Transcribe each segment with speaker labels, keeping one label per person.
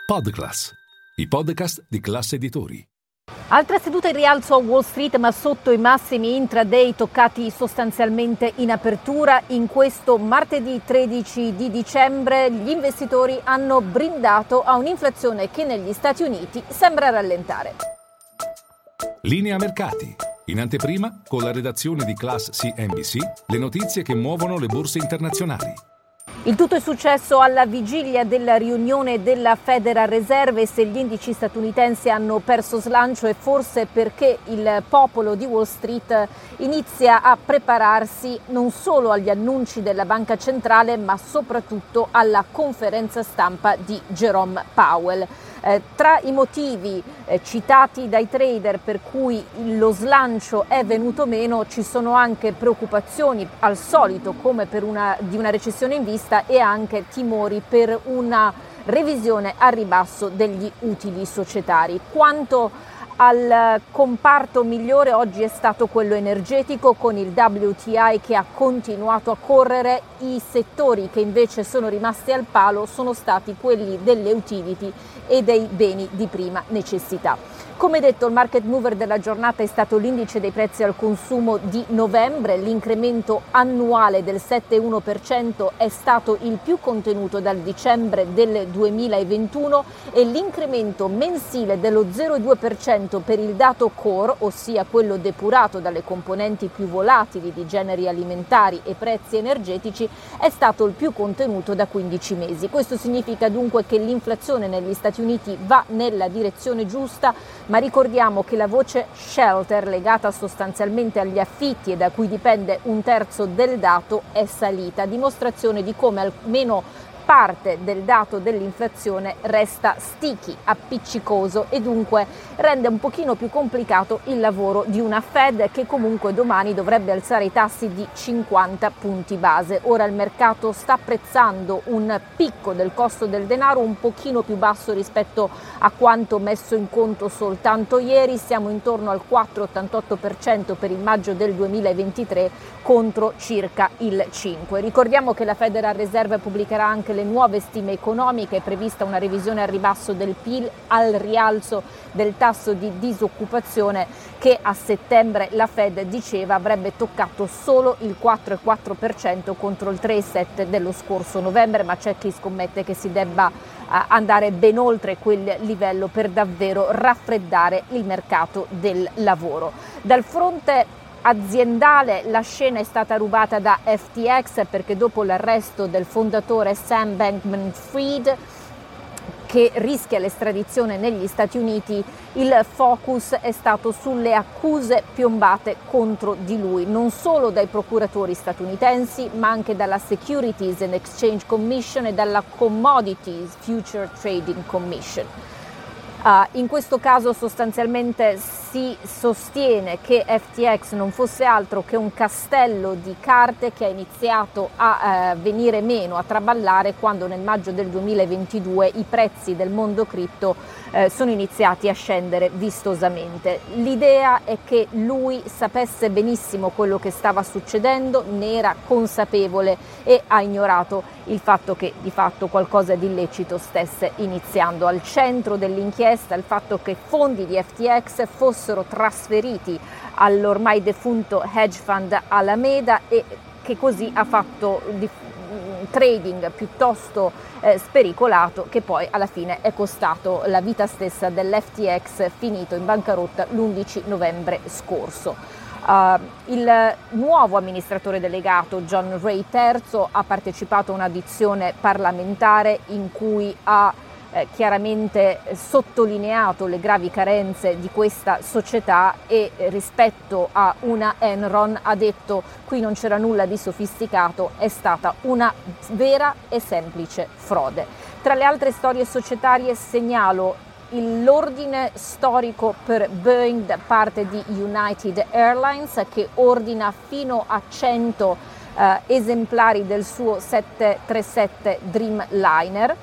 Speaker 1: Podclass, i podcast di Class Editori.
Speaker 2: Altra seduta in rialzo a Wall Street, ma sotto i massimi intraday toccati sostanzialmente in apertura. In questo martedì 13 di dicembre gli investitori hanno brindato a un'inflazione che negli Stati Uniti sembra rallentare.
Speaker 1: Linea mercati. In anteprima, con la redazione di Class CNBC, le notizie che muovono le borse internazionali.
Speaker 2: Il tutto è successo alla vigilia della riunione della Federal Reserve e se gli indici statunitensi hanno perso slancio è forse perché il popolo di Wall Street inizia a prepararsi non solo agli annunci della Banca Centrale ma soprattutto alla conferenza stampa di Jerome Powell. Tra i motivi citati dai trader per cui lo slancio è venuto meno ci sono anche preoccupazioni al solito come di una recessione in vista e anche timori per una revisione al ribasso degli utili societari. Quanto al comparto migliore oggi è stato quello energetico con il WTI che ha continuato a correre. I settori che invece sono rimasti al palo sono stati quelli delle utility e dei beni di prima necessità. Come detto, il market mover della giornata è stato l'indice dei prezzi al consumo di novembre. L'incremento annuale del 7,1% è stato il più contenuto dal dicembre del 2021 e l'incremento mensile dello 0,2% per il dato core, ossia quello depurato dalle componenti più volatili di generi alimentari e prezzi energetici, è stato il più contenuto da 15 mesi. Questo significa dunque che l'inflazione negli Stati Uniti va nella direzione giusta, ma ricordiamo che la voce shelter, legata sostanzialmente agli affitti e da cui dipende un terzo del dato, è salita, dimostrazione di come almeno parte del dato dell'inflazione resta sticky, appiccicoso e dunque rende un pochino più complicato il lavoro di una Fed che comunque domani dovrebbe alzare i tassi di 50 punti base. Ora il mercato sta apprezzando un picco del costo del denaro un pochino più basso rispetto a quanto messo in conto soltanto ieri, siamo intorno al 4,88% per il maggio del 2023 contro circa il 5%. Ricordiamo che la Federal Reserve pubblicherà anche le nuove stime economiche, è prevista una revisione al ribasso del PIL, al rialzo del tasso di disoccupazione che a settembre la Fed diceva avrebbe toccato solo il 4,4% contro il 3,7% dello scorso novembre, ma c'è chi scommette che si debba andare ben oltre quel livello per davvero raffreddare il mercato del lavoro. Dal fronte aziendale la scena è stata rubata da FTX perché dopo l'arresto del fondatore Sam Bankman-Fried che rischia l'estradizione negli Stati Uniti, il focus è stato sulle accuse piombate contro di lui, non solo dai procuratori statunitensi ma anche dalla Securities and Exchange Commission e dalla Commodities Future Trading Commission. In questo caso sostanzialmente si sostiene che FTX non fosse altro che un castello di carte che ha iniziato a venire meno, a traballare quando nel maggio del 2022 i prezzi del mondo cripto sono iniziati a scendere vistosamente. L'idea è che lui sapesse benissimo quello che stava succedendo, ne era consapevole e ha ignorato il fatto che di fatto qualcosa di illecito stesse iniziando. Al centro dell'inchiesta il fatto che fondi di FTX fossero trasferiti all'ormai defunto hedge fund Alameda e che così ha fatto trading piuttosto spericolato che poi alla fine è costato la vita stessa dell'FTX finito in bancarotta l'11 novembre scorso. Il nuovo amministratore delegato John Ray III ha partecipato a un'audizione parlamentare in cui ha chiaramente sottolineato le gravi carenze di questa società e rispetto a una Enron ha detto qui non c'era nulla di sofisticato, è stata una vera e semplice frode. Tra le altre storie societarie segnalo l'ordine storico per Boeing da parte di United Airlines che ordina fino a 100 esemplari del suo 737 Dreamliner.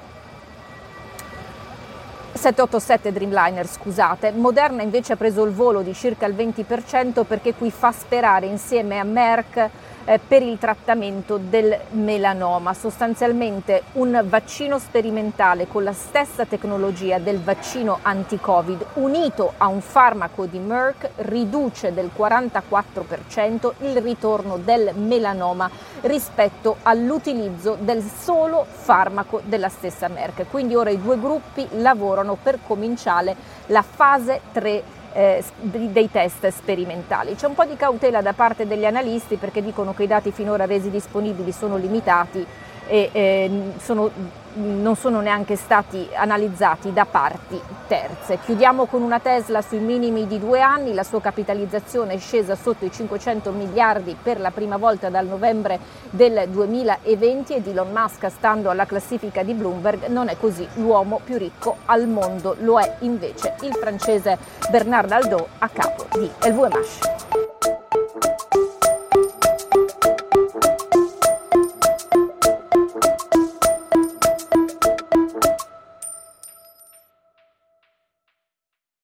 Speaker 2: 787 Dreamliner, scusate. Moderna invece ha preso il volo di circa il 20% perché qui fa sperare insieme a Merck per il trattamento del melanoma, sostanzialmente un vaccino sperimentale con la stessa tecnologia del vaccino anti-Covid unito a un farmaco di Merck riduce del 44% il ritorno del melanoma rispetto all'utilizzo del solo farmaco della stessa Merck. Quindi ora i due gruppi lavorano per cominciare la fase 3 dei test sperimentali. C'è un po' di cautela da parte degli analisti perché dicono che i dati finora resi disponibili sono limitati e non sono neanche stati analizzati da parti terze. Chiudiamo con una Tesla sui minimi di 2 anni, la sua capitalizzazione è scesa sotto i 500 miliardi per la prima volta dal novembre del 2020 ed Elon Musk, stando alla classifica di Bloomberg, non è così l'uomo più ricco al mondo, lo è invece il francese Bernard Arnault a capo di LVMH.